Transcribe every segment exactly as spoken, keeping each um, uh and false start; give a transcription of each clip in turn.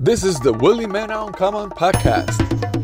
This is the Willie Man Uncommon podcast.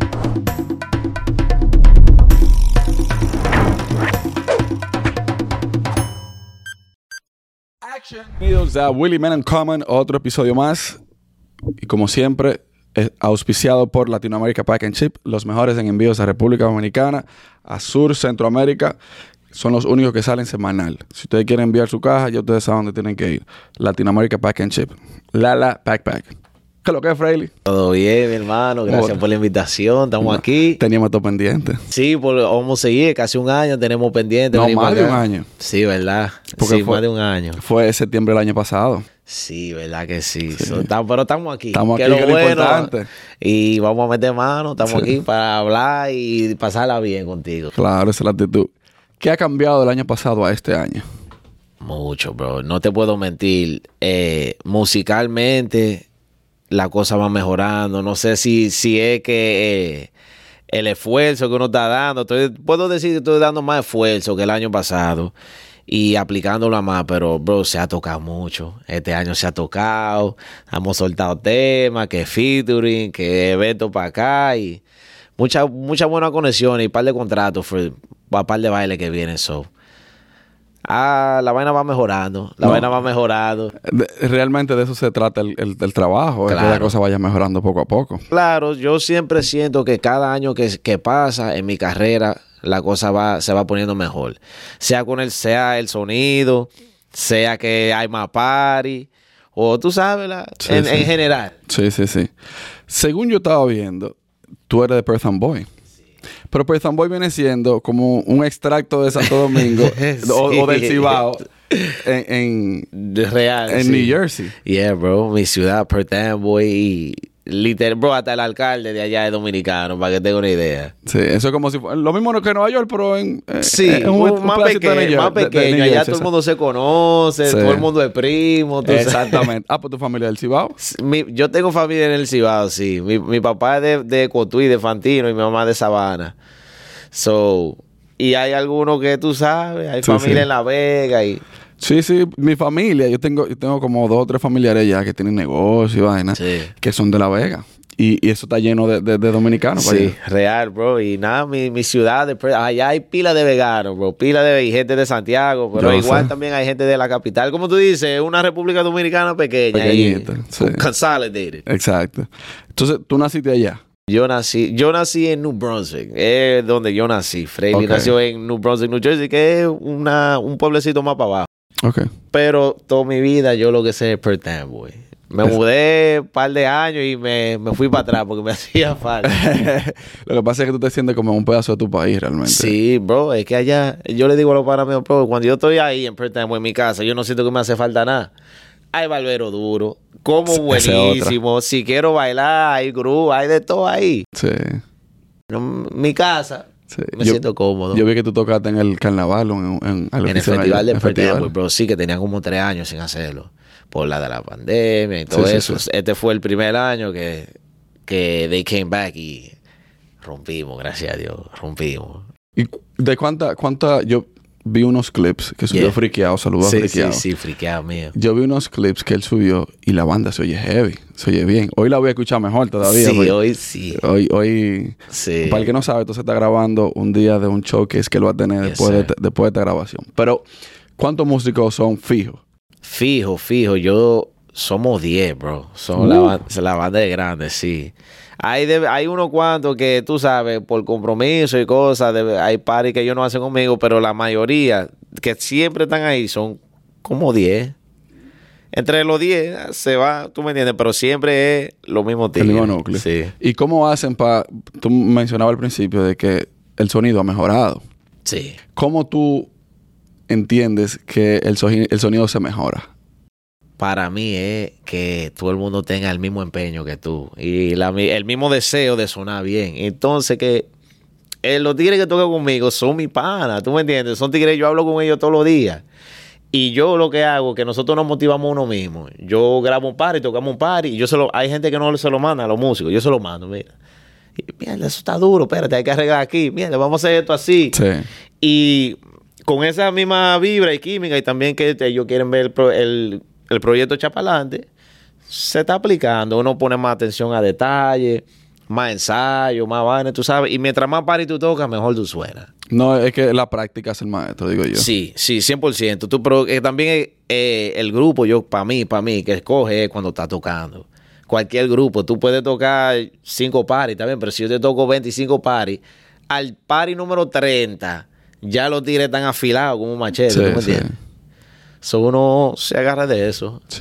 Action. Bienvenidos a Willie Man Uncommon, otro episodio más. Y como siempre, es auspiciado por Latinoamérica Pack and Ship, los mejores en envíos a República Dominicana, a Sur, Centroamérica. Son los únicos que salen semanal. Si ustedes quieren enviar su caja, ya ustedes saben dónde tienen que ir. Latinoamérica Pack and Ship. Lala Pack Pack. ¿Qué es lo que es, Freily? Todo bien, mi hermano. Gracias Hola. por la invitación. Estamos no, aquí. Teníamos todo pendiente. Sí, por, vamos a seguir. Casi un año tenemos pendiente. No, más de un año. Sí, ¿verdad? Porque sí, fue, más de un año. Fue septiembre del año pasado. Sí, ¿verdad que sí? sí. So, tam, pero estamos aquí. Estamos que aquí, lo que es bueno, lo importante. Y vamos a meter mano. Estamos sí. aquí para hablar y pasarla bien contigo. Claro, esa es la actitud. ¿Qué ha cambiado del año pasado a este año? Mucho, bro. No te puedo mentir. Eh, musicalmente, la cosa va mejorando. No sé si, si es que eh, el esfuerzo que uno está dando. Estoy, puedo decir que estoy dando más esfuerzo que el año pasado y aplicándolo a más, pero, bro, se ha tocado mucho. Este año se ha tocado. Hemos soltado temas, que featuring, que eventos para acá y muchas mucha buenas conexiones y un par de contratos para un par de bailes que vienen. So. Ah, la vaina va mejorando, la no. vaina va mejorando. De, realmente de eso se trata el, el, el trabajo, claro. Es que la cosa vaya mejorando poco a poco. Claro, yo siempre siento que cada año que, que pasa en mi carrera, la cosa va se va poniendo mejor. Sea con el, sea el sonido, sea que hay más party, o tú sabes, la, sí, en, sí. en general. Sí, sí, sí. Según yo estaba viendo, tú eres de Perth Amboy. Pero Perth Amboy viene siendo como un extracto de Santo Domingo sí. o, o del Cibao en, en, Real, en sí. New Jersey. Yeah, bro. Mi ciudad, Perth Amboy. Y literal, bro, hasta el alcalde de allá es dominicano, para que tenga una idea. Sí, eso es como si fuera lo mismo que Nueva York, pero en, sí, en un, un más, pequeño, de York, más pequeño. De, de allá todo el mundo se conoce, sí. todo el mundo es primo. Exactamente. Ah, pues tu familia es del Cibao. Mi, yo tengo familia en el Cibao, sí. Mi, mi papá es de, de Cotuí, de Fantino, y mi mamá de Sabana. So, y hay algunos que tú sabes, hay sí, familia sí. en La Vega y... Sí, sí, mi familia, yo tengo, yo tengo como dos o tres familiares ya que tienen negocios y vainas, sí. que son de La Vega. Y, y eso está lleno de, de, de dominicanos. Sí, real, bro. Y nada, mi, mi ciudad, de, allá hay pila de veganos, bro. Pila de gente de Santiago, pero yo igual sé. También hay gente de la capital. Como tú dices, una República Dominicana pequeña. Pequeñita, y, sí. Consolidated. Exacto. Entonces, ¿tú naciste allá? Yo nací, yo nací en New Brunswick, es donde yo nací. Freily okay. nació en New Brunswick, New Jersey, que es una, un pueblecito más para abajo. Okay. Pero toda mi vida yo lo que sé es Perth Amboy. Me es... mudé un par de años y me, me fui para atrás porque me hacía falta. Lo que pasa es que tú te sientes como un pedazo de tu país realmente. Sí, bro, es que allá, yo le digo a los panas míos, bro, cuando yo estoy ahí en Perth Amboy, en mi casa, yo no siento que me hace falta nada. Hay barbero duro, como buenísimo. Si quiero bailar, hay grúa, hay de todo ahí. Sí. En mi casa, sí. me yo, siento cómodo. Yo vi que tú tocaste en el carnaval, en, en, en, en el festival de Perth Amboy, bro. Sí, que tenía como tres años sin hacerlo. Por la de la pandemia y todo sí, eso. Sí, sí. Este fue el primer año que, que they came back y rompimos, gracias a Dios, rompimos. ¿Y de cuánta, cuánta, yo vi unos clips que subió yeah. Friqueado, saludos sí, a Friqueado. Sí, sí, Friqueado mío. Yo vi unos clips que él subió y la banda se oye heavy, se oye bien. Hoy la voy a escuchar mejor todavía. Sí, porque, hoy sí. Hoy, hoy, sí. Para el que no sabe, entonces está grabando un día de un showcase que él va a tener yes, después, de, después de esta grabación. Pero, ¿cuántos músicos son fijos? Fijo, fijo. Yo... Somos diez, bro. Somos uh. la, la banda de grandes, sí. Hay, de, hay unos cuantos que, tú sabes, por compromiso y cosas, de, hay paris que ellos no hacen conmigo, pero la mayoría que siempre están ahí son como diez. Entre los diez se va, tú me entiendes, pero siempre es lo mismo tipo. El mismo núcleo. Sí. ¿Y cómo hacen para... Tú mencionabas al principio de que el sonido ha mejorado. Sí. ¿Cómo tú entiendes que el, so, el sonido se mejora? Para mí es que todo el mundo tenga el mismo empeño que tú y la, el mismo deseo de sonar bien. Entonces que eh, los tigres que tocan conmigo son mi pana, ¿tú me entiendes? Son tigres, yo hablo con ellos todos los días. Y yo lo que hago es que nosotros nos motivamos uno mismo. Yo grabo un party, tocamos un party y yo se lo, hay gente que no se lo manda a los músicos, yo se lo mando, mira. Y, mierda, eso está duro, espérate, hay que arreglar aquí, mierda, vamos a hacer esto así. Sí. Y con esa misma vibra y química y también que ellos quieren ver el... el el proyecto echa para adelante, se está aplicando. Uno pone más atención a detalle, más ensayo, más vaina, tú sabes. Y mientras más party tú tocas, mejor tú suenas. No, es que la práctica es el maestro, digo yo. Sí, sí, cien por ciento. Tú, pero eh, también eh, el grupo, yo, para mí, para mí, que escoge es cuando está tocando. Cualquier grupo, tú puedes tocar cinco paris, está bien, pero si yo te toco veinticinco paris, al pari número treinta, ya los tigres están afilados como un machete, Sí, ¿tú me sí. entiendes? So uno se agarra de eso. Sí.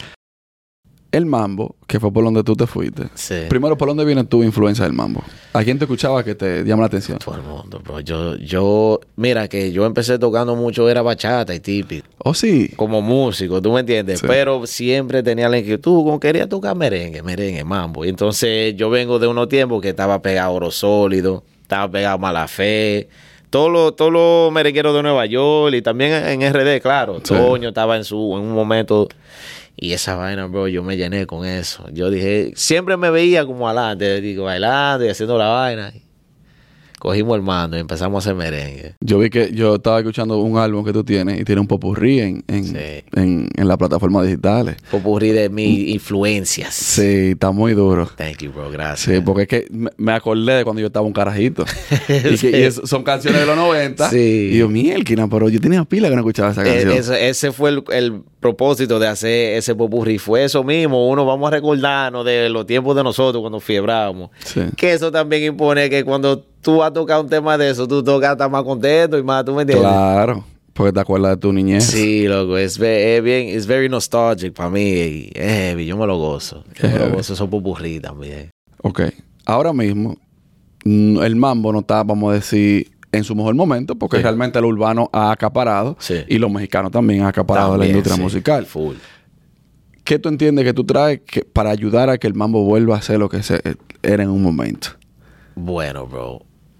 El mambo, que fue por donde tú te fuiste. Sí. Primero, ¿por dónde viene tu influencia del mambo? ¿A quién te escuchaba que te llama la atención? Todo el mundo, bro. Yo, yo, mira que yo empecé tocando mucho, era bachata y típico. Oh, sí. Como músico, ¿tú me entiendes? Sí. Pero siempre tenía la inquietud, como quería tocar merengue, merengue, mambo. Y entonces yo vengo de unos tiempos que estaba pegado a Oro Sólido, estaba pegado a Mala Fe, todos los todos los merengueros de Nueva York y también en R D, claro. Sí. Toño estaba en su en un momento. Y esa vaina, bro, yo me llené con eso. Yo dije, siempre me veía como adelante, digo, bailando y haciendo la vaina. Cogimos el mando y empezamos a hacer merengue. Yo vi que yo estaba escuchando un álbum que tú tienes y tiene un popurrí en, en, Sí. en, en las plataformas digitales. Popurrí de mis influencias. Sí, está muy duro. Thank you, bro, gracias. Sí, porque es que me, me acordé de cuando yo estaba un carajito. y que, Sí. y es- son canciones de los noventa. Sí. Y yo, mielquina, pero yo tenía pila que no escuchaba esa canción. Eh, ese, ese fue el, el propósito de hacer ese popurrí. Fue eso mismo. Uno, vamos a recordarnos de los tiempos de nosotros cuando fiebrábamos. Sí. Que eso también impone que cuando tú vas a tocar un tema de eso, tú tocas, estás más contento y más, ¿tú me entiendes? Claro, porque te acuerdas de tu niñez. Sí, loco, es, ve- es bien, es very nostalgic para mí. Y es heavy, yo me lo gozo. Yo me lo Heavy. gozo, esos popurrí también. Ok. Ahora mismo, mm, el mambo no está, vamos a decir, en su mejor momento, porque Sí. realmente el urbano ha acaparado Sí. y los mexicanos también han acaparado También, la industria sí, musical. Full. ¿Qué tú entiendes que tú traes que, para ayudar a que el mambo vuelva a ser lo que se, era en un momento? Bueno, bro,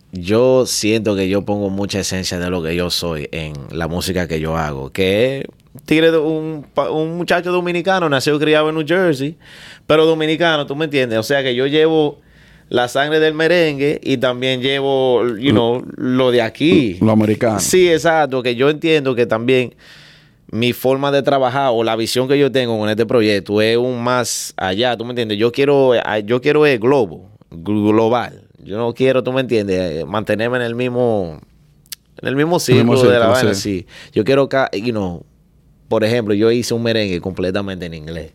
yo siento que yo pongo mucha esencia de lo que yo soy en la música que yo hago, que es tigre de un, pa- un muchacho dominicano, nacido y criado en New Jersey, pero dominicano, ¿tú me entiendes? O sea que yo llevo la sangre del merengue y también llevo, you know, lo de aquí. Lo americano. Sí, exacto, que yo entiendo que también mi forma de trabajar o la visión que yo tengo con este proyecto es un más allá, ¿tú me entiendes? Yo quiero, yo quiero el globo, global. Yo no quiero, tú me entiendes, eh, mantenerme en el mismo, en el mismo círculo, mismo de la círculo, vaina, sí. sí. Yo quiero, ca- you know, por ejemplo, yo hice un merengue completamente en inglés.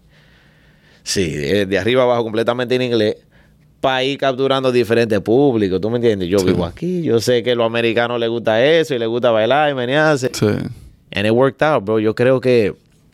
Sí, de, de arriba abajo completamente en inglés, para ir capturando diferentes públicos, ¿tú me entiendes? Yo Sí. vivo aquí, yo sé que a los americanos les gusta eso y les gusta bailar y menearse. Sí. And it worked out, bro. Yo creo que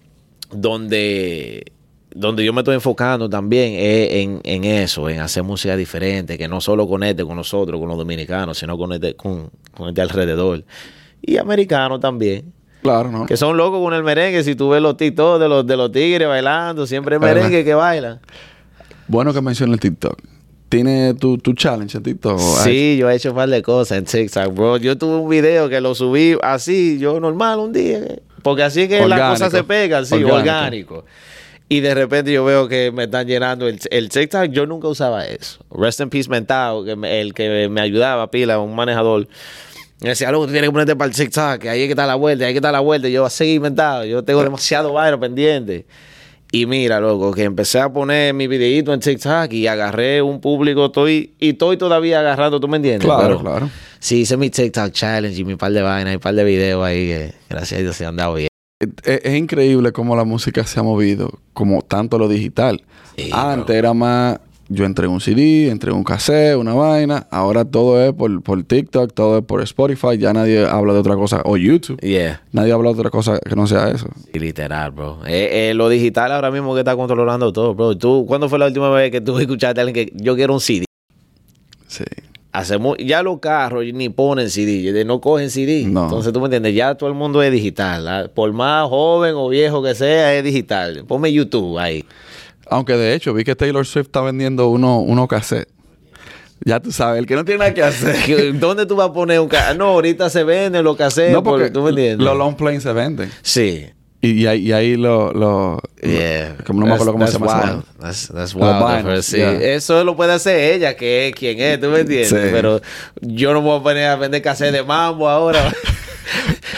donde, donde yo me estoy enfocando también es en, en eso, en hacer música diferente, que no solo conecte con nosotros, con los dominicanos, sino con este, con, con este alrededor. Y americanos también, Claro, ¿no? que son locos con el merengue. Si tú ves los TikTok de los, de los tigres bailando, siempre es Verdad. merengue que bailan. Bueno que menciona el TikTok. ¿Tiene tu, tu challenge en TikTok? Sí, yo he hecho un par de cosas en TikTok, bro. Yo tuve un video que lo subí así, yo normal un día. Porque así es que las Orgánico. cosas se pegan, sí, Orgánico. orgánico. Y de repente yo veo que me están llenando el, el TikTok. Yo nunca usaba eso. Rest in peace Mentao, que me- el que me ayudaba, pila, un manejador. Me decía, loco, tú tienes que ponerte para el TikTok, que ahí es que está la vuelta, ahí es que está la vuelta. Y yo, así, Mentao, yo tengo demasiado vaina pendiente. Y mira, loco, que empecé a poner mi videíto en TikTok y agarré un público, estoy, y estoy todavía agarrando, ¿tú me entiendes? Claro, Pero claro. sí, hice mi TikTok challenge y mi par de vainas y par de videos ahí que gracias a Dios se han dado bien. Es, es increíble cómo la música se ha movido, como tanto lo digital. Sí, Antes bro. era más, yo entregué un C D, entregué un cassette, una vaina. Ahora todo es por, por TikTok, todo es por Spotify. Ya nadie habla de otra cosa. O YouTube. Yeah, Nadie habla de otra cosa que no sea eso. sí, literal, bro. Eh, eh, lo digital ahora mismo que está controlando todo, bro. ¿Tú, ¿Cuándo fue la última vez que tú escuchaste a alguien que yo quiero un C D? Sí. Hacemos, ya los carros ni ponen C D, no cogen C D. No. Entonces, tú me entiendes, ya todo el mundo es digital. ¿Ah? Por más joven o viejo que sea, es digital. Ponme YouTube ahí. Aunque de hecho vi que Taylor Swift está vendiendo uno, uno cassette. Ya tú sabes, el que no tiene nada que hacer. ¿Qué- ¿Dónde tú vas a poner un carro? No, ahorita se venden los cassettes. No, porque ¿Tú me entiendes? los long planes se venden. Sí. Y, y ahí, y ahí lo... lo Yeah. como no me acuerdo cómo se That's llama esa wild. vaina. That's, that's Los wild. of vinyls, her, sí. yeah. Eso lo puede hacer ella, que es quien es, ¿tú me entiendes? Sí. Pero yo no me voy a poner a vender cassette de mambo ahora.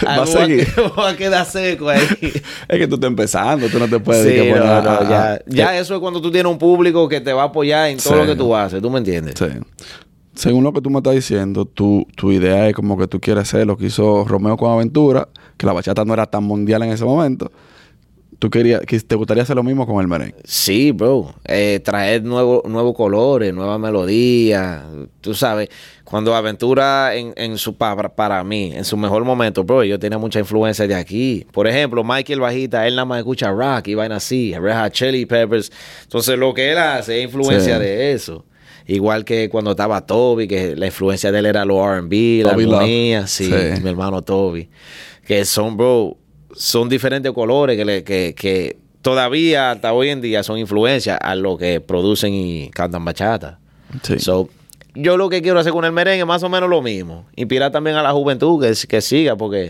Va a seguir. Va a quedar seco ahí. Es que tú estás empezando, tú no te puedes Sí, decir que no, poner no, a- ya, a- ya eh, eso es cuando tú tienes un público que te va a apoyar en todo Sí. lo que tú haces, ¿tú me entiendes? Sí. Según lo que tú me estás diciendo, tu, tu idea es como que tú quieres hacer lo que hizo Romeo con Aventura, que la bachata no era tan mundial en ese momento. Tú querías, que te gustaría hacer lo mismo con el merengue. Sí, bro. Eh, traer nuevos nuevos colores, nuevas melodías. Tú sabes, cuando Aventura en, en su para, para mí, en su mejor momento, bro, yo tenía mucha influencia de aquí. Por ejemplo, Michael Bajita, él nada más escucha rock y vaina así, Red Hot Chili Peppers. Entonces, lo que él hace es influencia Sí. de eso. Igual que cuando estaba Toby, que la influencia de él era los R and B, la Toby Love. armonía. Sí, Sí. mi hermano Toby. Que son, bro, son diferentes colores que, le, que, que todavía hasta hoy en día son influencias a lo que producen y cantan bachata. Sí. So, yo lo que quiero hacer con el merengue es más o menos lo mismo. Inspirar también a la juventud que, que siga, porque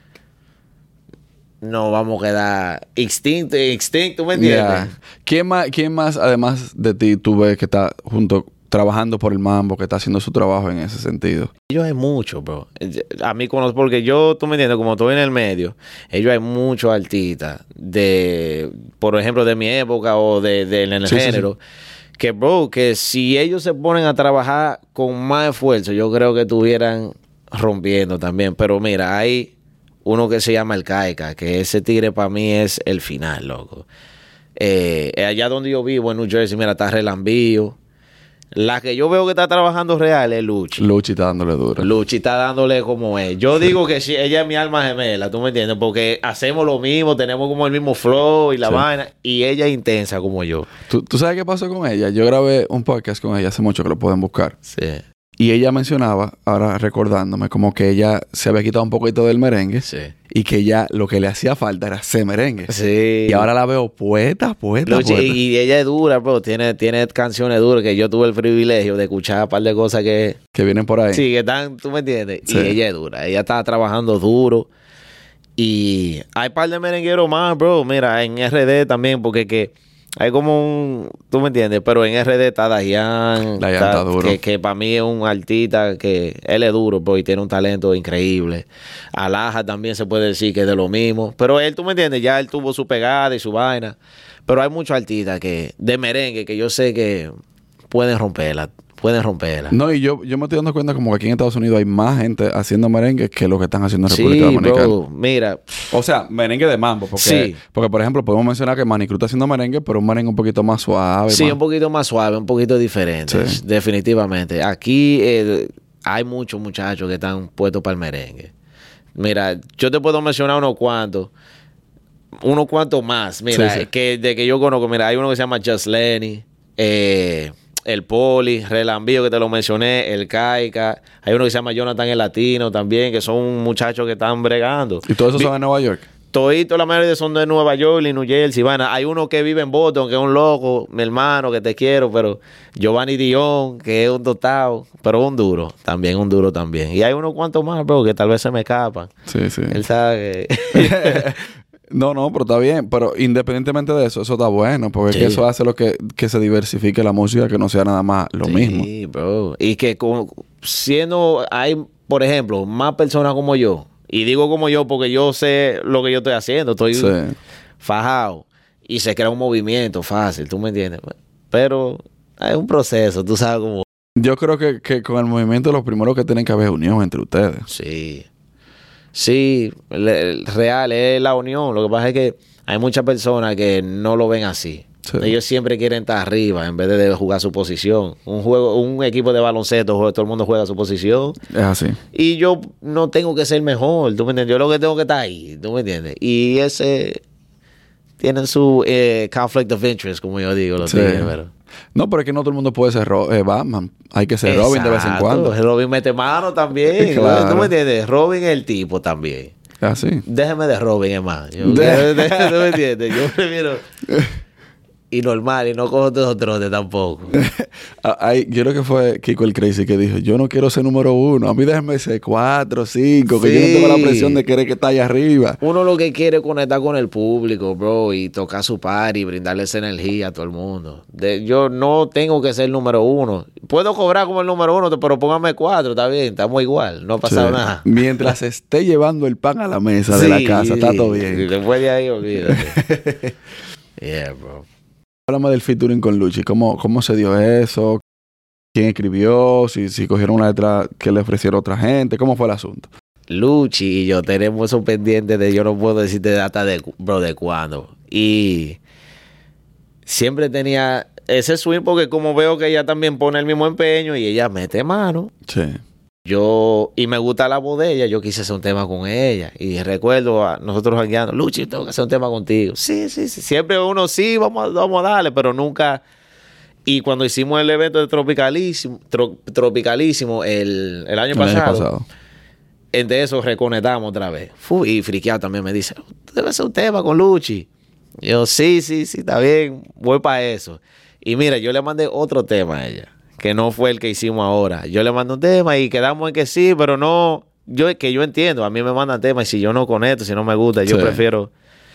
no vamos a quedar extinto, extinto, ¿me entiendes? Ya. ¿Quién más, quién más, además de ti, tú ves que está junto, trabajando por el mambo, que está haciendo su trabajo en ese sentido? Ellos hay mucho, bro. A mí conozco, porque yo, tú me entiendes, como estoy en el medio, ellos hay muchos artistas de, por ejemplo, de mi época o de, de en el Sí, sí, género, que, bro, que si ellos se ponen a trabajar con más esfuerzo, yo creo que estuvieran rompiendo también. Pero mira, hay uno que se llama El Caica, que ese tigre para mí es el final, loco. Eh, allá donde yo vivo, en New Jersey, mira, está Relambío. La que yo veo que está trabajando real es Luchi. Luchi está dándole duro. Luchi está dándole como es. Yo digo que sí, ella es mi alma gemela, ¿tú me entiendes? Porque hacemos lo mismo, tenemos como el mismo flow y la Sí. vaina, y ella es intensa como yo. ¿Tú, ¿Tú sabes qué pasó con ella? Yo grabé un podcast con ella hace mucho que lo pueden buscar. Sí. Y ella mencionaba, ahora recordándome, como que ella se había quitado un poquito del merengue Sí. y que ya lo que le hacía falta era hacer merengue. Sí. Y ahora la veo poeta, poeta, Luchi, poeta. y ella es dura, bro. Tiene, tiene canciones duras que yo tuve el privilegio de escuchar un par de cosas que... Que vienen por ahí. Sí, que están, tú me entiendes. Sí. Y ella es dura. Ella está trabajando duro. Y hay par de merengueros más, bro. Mira, en R D también, porque que hay como un... Tú me entiendes, pero en R D está Dayan. Dayan está duro. Que, que para mí es un artista que... Él es duro, bro, y tiene un talento increíble. Alaja también se puede decir que es de lo mismo. Pero él, tú me entiendes, ya él tuvo su pegada y su vaina. Pero hay muchos artistas que... De merengue que yo sé que pueden romperla. Pueden romperla. No, y yo, yo me estoy dando cuenta como que aquí en Estados Unidos hay más gente haciendo merengue que lo que están haciendo en Sí, República Dominicana. bro, mira... O sea, merengue de mambo. Porque, Sí. porque, por ejemplo, podemos mencionar que Manny Cruz está haciendo merengue, pero un merengue un poquito más suave. Sí, más- un poquito más suave, un poquito diferente. Sí. Definitivamente. Aquí eh, hay muchos muchachos que están puestos para el merengue. Mira, yo te puedo mencionar unos cuantos. Unos cuantos más. Mira, Sí, sí. que de que yo conozco. Mira, hay uno que se llama Just Lenny. Eh, el Poli, Relambío, que te lo mencioné. El Caica. Hay uno que se llama Jonathan el Latino también, que son muchachos que están bregando. Y todo eso Vi- son en Nueva York. Todito la mayoría son de Nueva York y New Jersey, vaina. Hay uno que vive en Boston, que es un loco, mi hermano, que te quiero, pero Giovanni Dion, que es un dotado, pero un duro, también un duro también. Y hay unos cuantos más, bro, que tal vez se me escapan. Sí, sí. Él sabe que... No, no, pero está bien. Pero independientemente de eso, eso está bueno. Porque es Sí. que eso hace lo que, que se diversifique la música, que no sea nada más lo mismo. Sí, bro. Y que con- siendo, hay, por ejemplo, más personas como yo, y digo como yo porque yo sé lo que yo estoy haciendo, estoy Sí. fajado, y se crea un movimiento fácil, ¿tú me entiendes? Pero es un proceso, tú sabes cómo... Yo creo que, que con el movimiento lo primero que tienen que haber es unión entre ustedes. Sí. Sí, le- el real es la unión. Lo que pasa es que hay muchas personas que no lo ven así. Sí. Ellos siempre quieren estar arriba en vez de jugar su posición. Un juego, un equipo de baloncesto, todo el mundo juega su posición. Es así. Y yo no tengo que ser mejor, ¿tú me entiendes? Yo lo que tengo que estar ahí, ¿tú me entiendes? Y ese tienen su eh, conflict of interest, como yo digo, los Sí. tigres, pero... No, pero es que no todo el mundo puede ser Ro- eh, Batman. Hay que ser Robin de vez en Exacto. cuando. Robin mete mano también. Claro. ¿Tú me entiendes? Robin es el tipo también. Es así. Déjeme de Robin, es más. Yo, De- ¿tú me entiendes? Yo prefiero... Y normal, y no cojo esos trotes tampoco. Ah, hay- yo creo que fue Kiko el Crazy que dijo, yo no quiero ser número uno. A mí déjenme ser cuatro, cinco, que yo no Sí. tengo la presión de querer que está allá arriba. Uno lo que quiere es conectar con el público, bro, y tocar su party, brindarle esa energía a todo el mundo. De, yo no tengo que ser número uno. puedo cobrar como el número uno, pero póngame cuatro, está bien, estamos igual, no ha pasado Sí. nada. Mientras esté llevando el pan a la mesa de la casa, está todo bien. Después de ahí, olvídate. Yeah, bro. Háblame del featuring con Lucci. ¿Cómo, cómo se dio eso? ¿Quién escribió? Si, si cogieron una letra que le ofrecieron a otra gente. ¿Cómo fue el asunto? Lucci y yo tenemos eso pendiente de yo no puedo decirte data de, bro, de cuándo. Y siempre tenía ese swing porque como veo que ella también pone el mismo empeño y ella mete mano. Sí. Yo, y me gusta la voz de ella, yo quise hacer un tema con ella. Y recuerdo a nosotros jangueando, Lucci, tengo que hacer un tema contigo. Sí, sí, sí. Siempre uno, sí, vamos a, vamos a darle, pero nunca. Y cuando hicimos el evento de Tropicalísimo, tro, Tropicalísimo el, el año El pasado, año pasado. entre eso reconectamos otra vez. Fu, y Friqueado también me dice, debe hacer un tema con Lucci. Y yo, sí, sí, sí, está bien, voy para eso. Y mira, yo le mandé otro tema a ella, que no fue el que hicimos ahora. Yo le mandé un tema y quedamos en que sí, pero no, yo que yo entiendo, a mí me mandan temas y si yo no conecto, si no me gusta, yo Sí. prefiero.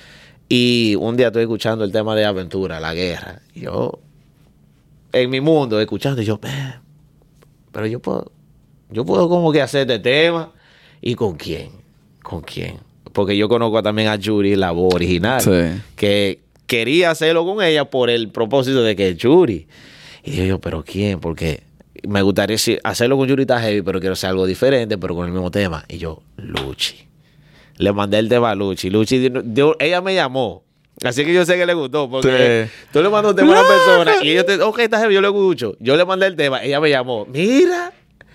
Y un día estoy escuchando el tema de Aventura, la guerra. Y yo, en mi mundo, escuchando, y yo, "Man, pero yo puedo, yo puedo como que hacer este tema. ¿Y con quién? ¿Con quién? Porque yo conozco también a Yuri, la voz original, Sí. que quería hacerlo con ella por el propósito de que es Yuri. Y digo yo, ¿pero quién? Porque me gustaría sí, hacerlo con Yuri está heavy, pero quiero hacer algo diferente, pero con el mismo tema. Y yo, Lucci. Le mandé el tema a Lucci. Lucci, dio- dio- ella me llamó. Así que yo sé que le gustó, porque Sí. tú le mandas un tema a una persona y ellos te, ok, está heavy, yo le escucho. Yo le mandé el tema, ella me llamó. Mira.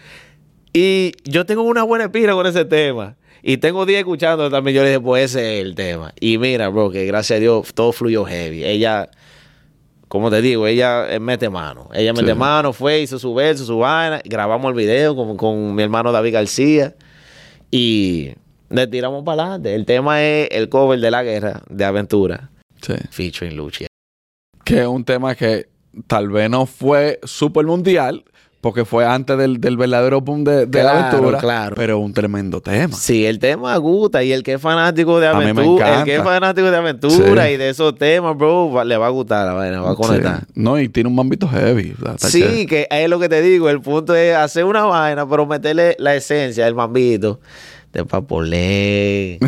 Y yo tengo una buena espira con ese tema. Y tengo días escuchando también. Yo le dije, pues ese es el tema. Y mira, bro, que gracias a Dios todo fluyó heavy. Ella, como te digo, ella eh, mete mano. Ella mete Sí. mano, fue, hizo su verso, su vaina. Grabamos el video con, con mi hermano David García. Y le tiramos para adelante. El tema es el cover de La Guerra, de Aventura, Sí. featuring Lucci. Que es un tema que tal vez no fue super mundial, porque fue antes del, del verdadero boom de, de la Claro, aventura. claro. Pero un tremendo tema. Sí, el tema gusta y el que es fanático de A mí me aventura, el que es encanta. fanático de aventura Sí. y de esos temas, bro, va- le va a gustar la vaina, va a conectar. Sí. No, y tiene un mambito heavy. o sea, está Sí, chévere. que es lo que te digo, el punto es hacer una vaina, pero meterle la esencia, el mambito de Papolé.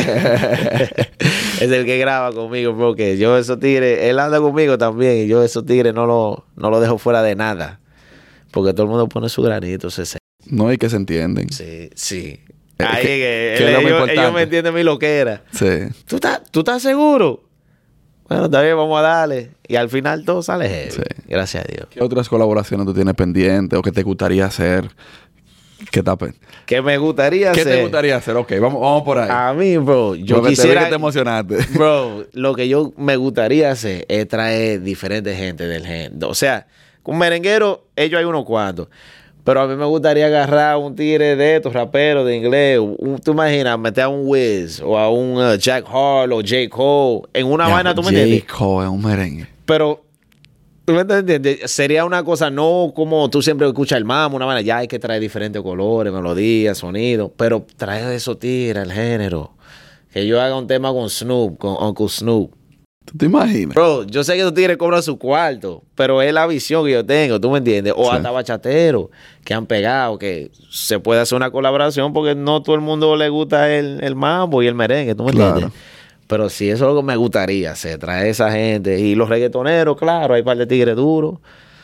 Es el que graba conmigo, bro, que yo esos tigres, él anda conmigo también y yo esos tigres no lo, no lo dejo fuera de nada. Porque todo el mundo pone su granito, se se- No, y que se entienden. Sí, sí. Eh, Ahí que- es que que es lo más ellos, importante. ellos me entienden mi loquera. Sí. ¿Tú estás, ¿Tú estás seguro? Bueno, está bien, vamos a darle. Y al final todo sale heavy. Sí. Gracias a Dios. ¿Qué otras colaboraciones tú tienes pendientes o que te gustaría hacer? ¿Qué, está pen- ¿Qué me gustaría ¿Qué hacer? te gustaría hacer? Ok, vamos, vamos por ahí. A mí, bro, yo Porque te vi quisiera... que te emocionaste. Bro, lo que yo me gustaría hacer es traer diferentes gente del género. O sea, con merenguero, ellos hay unos cuantos. Pero a mí me gustaría agarrar un tigre de estos raperos de inglés. Un- tú imaginas, meter a un Wiz o a un uh, Jack Harlow, J. Cole en una Ya, vaina, ¿tú me J. entiendes? Cole es un merengue. Pero, ¿tú me entiendes? Sería una cosa, no como tú siempre escuchas el mambo, una vaina, ya hay que traer diferentes colores, melodías, sonidos, pero traer esos tigres, el género. Que yo haga un tema con Snoop, con Uncle Snoop. ¿Tú te imaginas? Bro, yo sé que esos tigres cobran su cuarto, pero es la visión que yo tengo, ¿tú me entiendes? O Sí. hasta bachateros que han pegado, que se puede hacer una colaboración porque no todo el mundo le gusta el, el mambo y el merengue, ¿tú me Claro. entiendes? Pero sí, eso es lo que me gustaría hacer, traer esa gente. Y los reggaetoneros, claro, hay un par de tigres duros.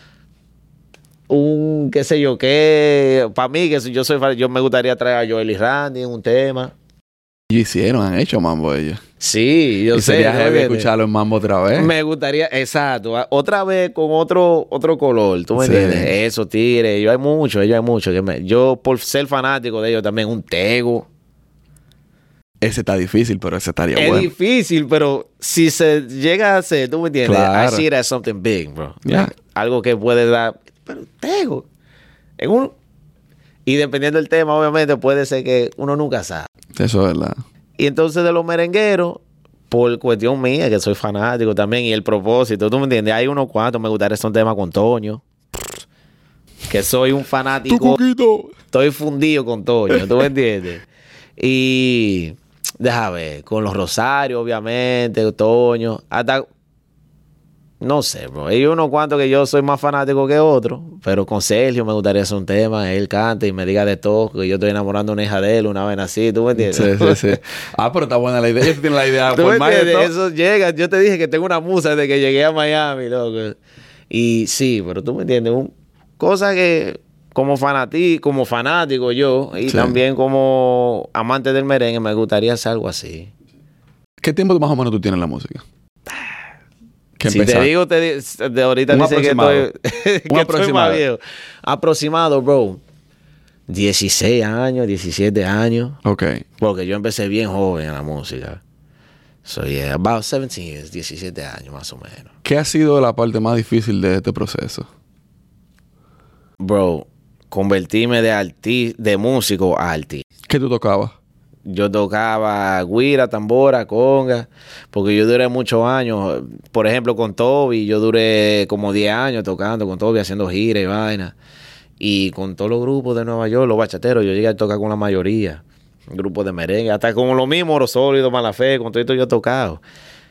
Un, qué sé yo, qué, para mí, que si yo soy fan, yo me gustaría traer a Joel y Randy en un tema. Y hicieron, han hecho mambo ellos. Sí, yo y sé. sería ¿tú me heavy entiendes? escucharlo en mambo otra vez. Me gustaría, exacto, a- otra vez con otro otro color, ¿tú me Sí. entiendes? Eso, tigres, ellos hay muchos, ellos hay muchos. que me- yo, por ser fanático de ellos también, un Tego. Ese está difícil, pero ese estaría Es bueno. difícil, pero si se llega a hacer, ¿tú me entiendes? Claro. I see it as something big, bro. Yeah. Algo que puede dar, pero Tego. En un, y dependiendo del tema, obviamente, puede ser que uno nunca sabe. Eso es verdad. Y entonces de los merengueros, por cuestión mía, que soy fanático también, y el propósito, ¿tú me entiendes? Hay unos cuantos, me gustaría hacer un tema con Toño. Que soy un Tu fanático, cuquito. estoy fundido con Toño, ¿tú me entiendes? Y déjame ver, con los Rosarios, obviamente, Toño, hasta No sé, bro. Hay unos cuantos que yo soy más fanático que otros, pero con Sergio me gustaría hacer un tema, él canta y me diga de todo, que yo estoy enamorando a una hija de él, una vez así, ¿tú me entiendes? Sí, sí, sí. Ah, pero está buena la idea. Ellos tienen la idea. ¿Tú Por me más de entiendes? todo. Eso llega. Yo te dije que tengo una musa desde que llegué a Miami, loco. Y sí, pero tú me entiendes. Un, cosa que como fanatí, como fanático yo y Sí. también como amante del merengue me gustaría hacer algo así. ¿Qué tiempo más o menos tú tienes en la música? ¿Qué Si empezaste? te digo, te di- de ahorita Un dice que aproximado. estoy, que Un estoy aproximado. más viejo. Aproximado, bro. dieciséis años, diecisiete años. Ok. Porque yo empecé bien joven en la música. So yeah, about seventeen years, diecisiete años más o menos. ¿Qué ha sido la parte más difícil de este proceso? Bro, convertirme de arti de músico a artista. ¿Qué tú tocabas? Yo tocaba guira, tambora, conga, porque yo duré muchos años. Por ejemplo, con Toby, yo duré como diez años tocando con Toby, haciendo giras y vaina. Y con todos los grupos de Nueva York, los bachateros, yo llegué a tocar con la mayoría. Grupos de merengue, hasta con lo mismo, Oro Sólido, Mala Fe, con todo esto yo he tocado.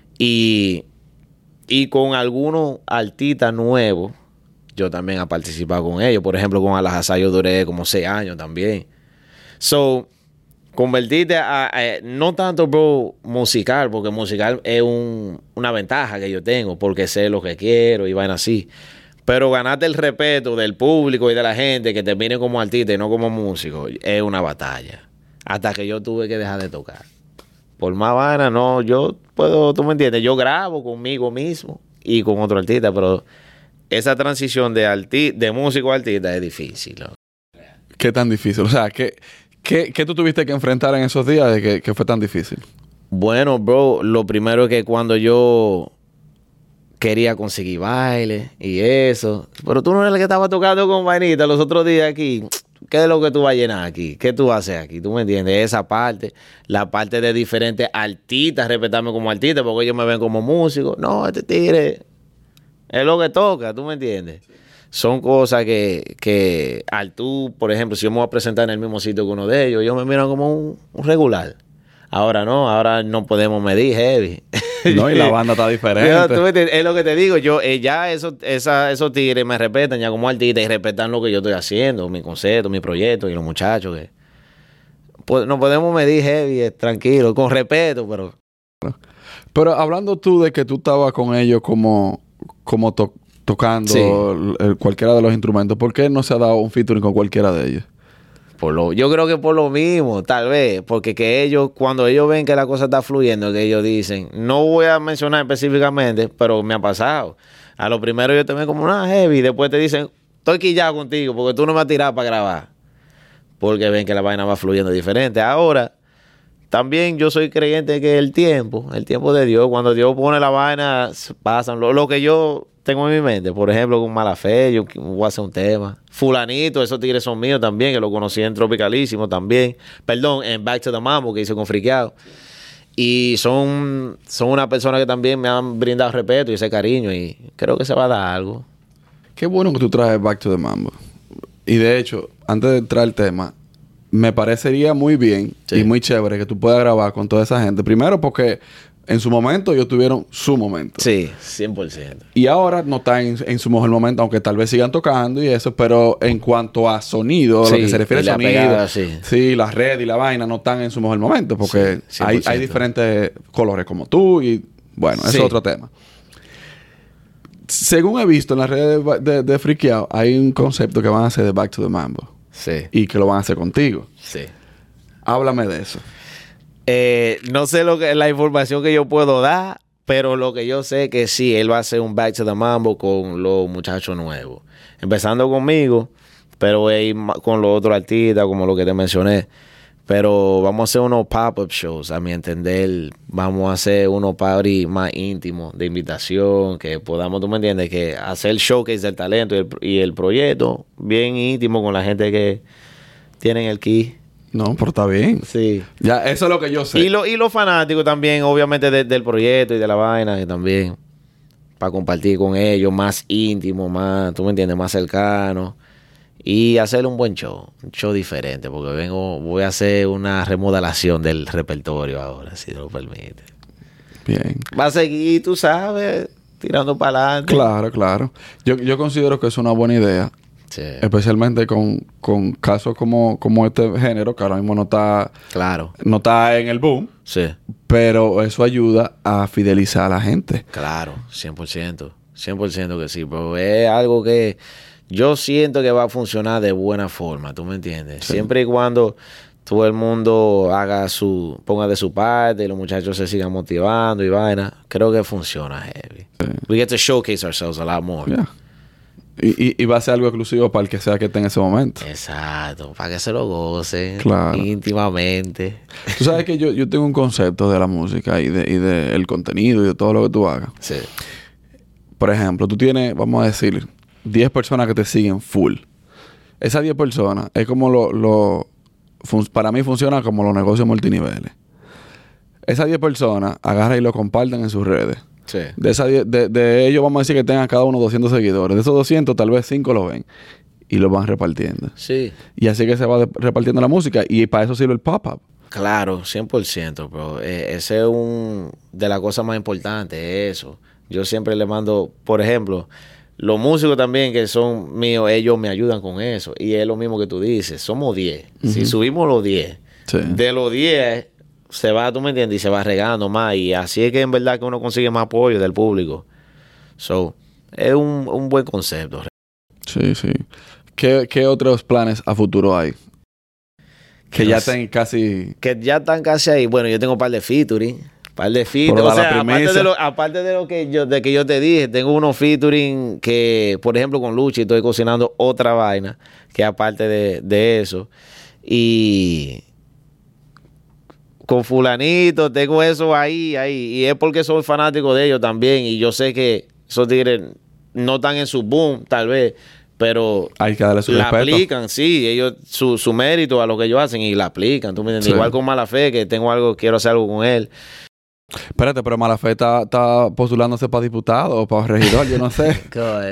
Y, y con algunos artistas nuevos, yo también he participado con ellos. Por ejemplo, con Alajazá yo duré como seis años también. So, convertirte a, a- no tanto, bro, musical, porque musical es un, una ventaja que yo tengo, porque sé lo que quiero y vaina así. Pero ganarte el respeto del público y de la gente que te miren como artista y no como músico es una batalla. Hasta que yo tuve que dejar de tocar. Por más vaina, no, yo puedo, tú me entiendes, yo grabo conmigo mismo y con otro artista, pero esa transición de arti de músico a artista es difícil, ¿no? ¿Qué tan difícil? O sea, ¿qué, qué, qué tú tuviste que enfrentar en esos días de que, que fue tan difícil? Bueno, bro, lo primero es que cuando yo quería conseguir baile y eso, pero tú no eres el que estaba tocando con vainita los otros días aquí. ¿Qué es lo que tú vas a llenar aquí? ¿Qué tú haces aquí? ¿Tú me entiendes? Esa parte, la parte de diferentes artistas, respetarme como artista, porque ellos me ven como músico. No, este tigre es lo que toca, ¿tú me entiendes? Son cosas que, que al tú, por ejemplo, si yo me voy a presentar en el mismo sitio que uno de ellos, ellos me miran como un, un regular. Ahora no, ahora no podemos medir heavy. No, y la banda está diferente. Yo, tú me entiendes, es lo que te digo, yo eh, ya esos, esa, esos tigres me respetan ya como artista y respetan lo que yo estoy haciendo, mi concepto, mi proyecto y los muchachos que pues, no podemos medir heavy, eh, tranquilo, con respeto, pero Pero hablando tú de que tú estabas con ellos como, como to- tocando Sí. el- cualquiera de los instrumentos, ¿por qué no se ha dado un featuring con cualquiera de ellos? por lo, yo creo que por lo mismo, tal vez, porque que ellos, cuando ellos ven que la cosa está fluyendo, que ellos dicen, no voy a mencionar específicamente, pero me ha pasado. A lo primero ellos te ven como una heavy, después te dicen, estoy quillado contigo porque tú no me has tirado para grabar. Porque ven que la vaina va fluyendo diferente. Ahora, también yo soy creyente que el tiempo, el tiempo de Dios, cuando Dios pone la vaina, pasan lo, lo que yo tengo en mi mente. Por ejemplo, con Mala Fe, yo voy a hacer un tema. Fulanito, esos tigres son míos también, que lo conocí en Tropicalísimo también. Perdón, en Back to the Mambo, que hice con Friqueado. Y son, son una persona que también me han brindado respeto y ese cariño. Y creo que se va a dar algo. Qué bueno que tú traes Back to the Mambo. Y de hecho, antes de entrar al tema, me parecería muy bien Sí. y muy chévere que tú puedas grabar con toda esa gente. Primero porque en su momento ellos tuvieron su momento. Sí, cien por ciento. Y ahora no están en, en su mejor momento, aunque tal vez sigan tocando y eso, pero en cuanto a sonido, Sí, lo que se refiere y a la sonido, pegada, sí. sí, la red y la vaina no están en su mejor momento porque Sí, hay, cien por ciento. hay diferentes colores como tú y bueno, eso Sí. es otro tema. Según he visto en las redes de, de, de Friqueado, hay un concepto que van a hacer de Back to the Mambo Sí, y que lo van a hacer contigo. sí. Háblame de eso. Eh, no sé lo que la información que yo puedo dar, pero lo que yo sé que sí, él va a hacer un Back to the Mambo con los muchachos nuevos. Empezando conmigo, pero él ma- con los otros artistas, como lo que te mencioné. Pero vamos a hacer unos pop-up shows, a mi entender. Vamos a hacer unos party más íntimos de invitación, que podamos, tú me entiendes, que hacer el showcase del talento y el, y el proyecto bien íntimo con la gente que tienen el key. No, pero está bien. Sí. Ya, eso es lo que yo sé. Y, lo, y los fanáticos también, obviamente, de- del proyecto y de la vaina, que también, para compartir con ellos, más íntimo, más, tú me entiendes, más cercano. Y hacer un buen show, un show diferente, porque vengo, voy a hacer una remodelación del repertorio ahora, si Dios lo permite. Bien. Va a seguir, tú sabes, tirando para adelante. Claro, claro. Yo, yo considero que es una buena idea. Sí. Especialmente con, con casos como, como este género, que ahora mismo no está, Claro. no está en el boom. Sí. Pero eso ayuda a fidelizar a la gente. Claro, cien por ciento. cien por ciento que sí, pero es algo que yo siento que va a funcionar de buena forma, ¿tú me entiendes? Sí. Siempre y cuando todo el mundo haga su, ponga de su parte y los muchachos se sigan motivando y vaina, creo que funciona heavy. Sí. We get to showcase ourselves a lot more. Yeah. Y, y, y va a ser algo exclusivo para el que sea que esté en ese momento. Exacto, para que se lo gocen claro. íntimamente. Tú sabes que yo, yo tengo un concepto de la música y de, y de el contenido y de todo lo que tú hagas. Sí. Por ejemplo, tú tienes, vamos a decir, diez personas que te siguen full. Esas diez personas es como lo... lo para mí funciona como los negocios multiniveles. Esas diez personas agarran y lo comparten en sus redes. Sí. De, esa die, de, de ellos vamos a decir que tengan cada uno doscientos seguidores. De esos doscientos tal vez cinco lo ven. Y lo van repartiendo. Sí. Y así que se va de, repartiendo la música. Y para eso sirve el pop-up. Claro, cien por ciento, bro. Eh, ese es un de las cosas más importantes, eso. Yo siempre le mando, por ejemplo, los músicos también que son míos, ellos me ayudan con eso. Y es lo mismo que tú dices, somos diez. Uh-huh. Si subimos los diez, sí. de los diez se va, tú me entiendes, y se va regando más. Y así es que en verdad que uno consigue más apoyo del público. So, es un, un buen concepto. Sí, sí. ¿Qué, qué otros planes a futuro hay? Que, que ya están casi... Que ya están casi ahí. Bueno, yo tengo un par de featuring. Par de featuring. O sea, aparte de, lo, aparte de lo que yo, de que yo te dije, tengo unos featuring que, por ejemplo, con Luchi estoy cocinando otra vaina, que aparte de, de eso. Y con fulanito tengo eso ahí, ahí. Y es porque soy fanático de ellos también. Y yo sé que esos tigres no están en su boom, tal vez, pero hay que darle su la respeto. Aplican, sí, ellos su, su mérito a lo que ellos hacen y la aplican, ¿tú me entiendes? Sí. Igual con Mala Fe, que tengo algo, quiero hacer algo con él. Espérate, pero Mala Fe está, está postulándose para diputado o para regidor, yo no sé.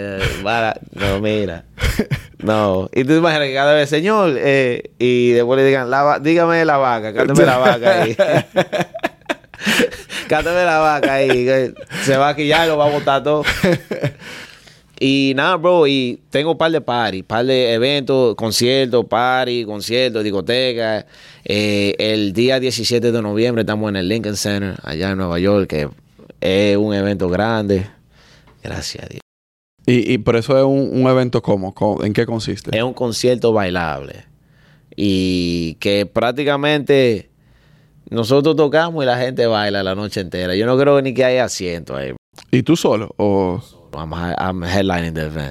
No, mira. No. Y tú te imaginas que cada vez, señor, eh, y después le digan, la, dígame la vaca, cántame la vaca ahí. Cántame la vaca ahí. Se va a quillar y lo va a botar todo. Y nada, bro, y tengo un par de parties, par de eventos, conciertos, party, conciertos, discotecas. Eh, el día diecisiete de noviembre estamos en el Lincoln Center, allá en Nueva York, que es un evento grande. Gracias a Dios. ¿Y, y por eso es un, un evento cómo? ¿En qué consiste? Es un concierto bailable. Y que prácticamente nosotros tocamos y la gente baila la noche entera. Yo no creo ni que haya asiento ahí. ¿Y tú solo? ¿O...? I'm, I'm headlining the event.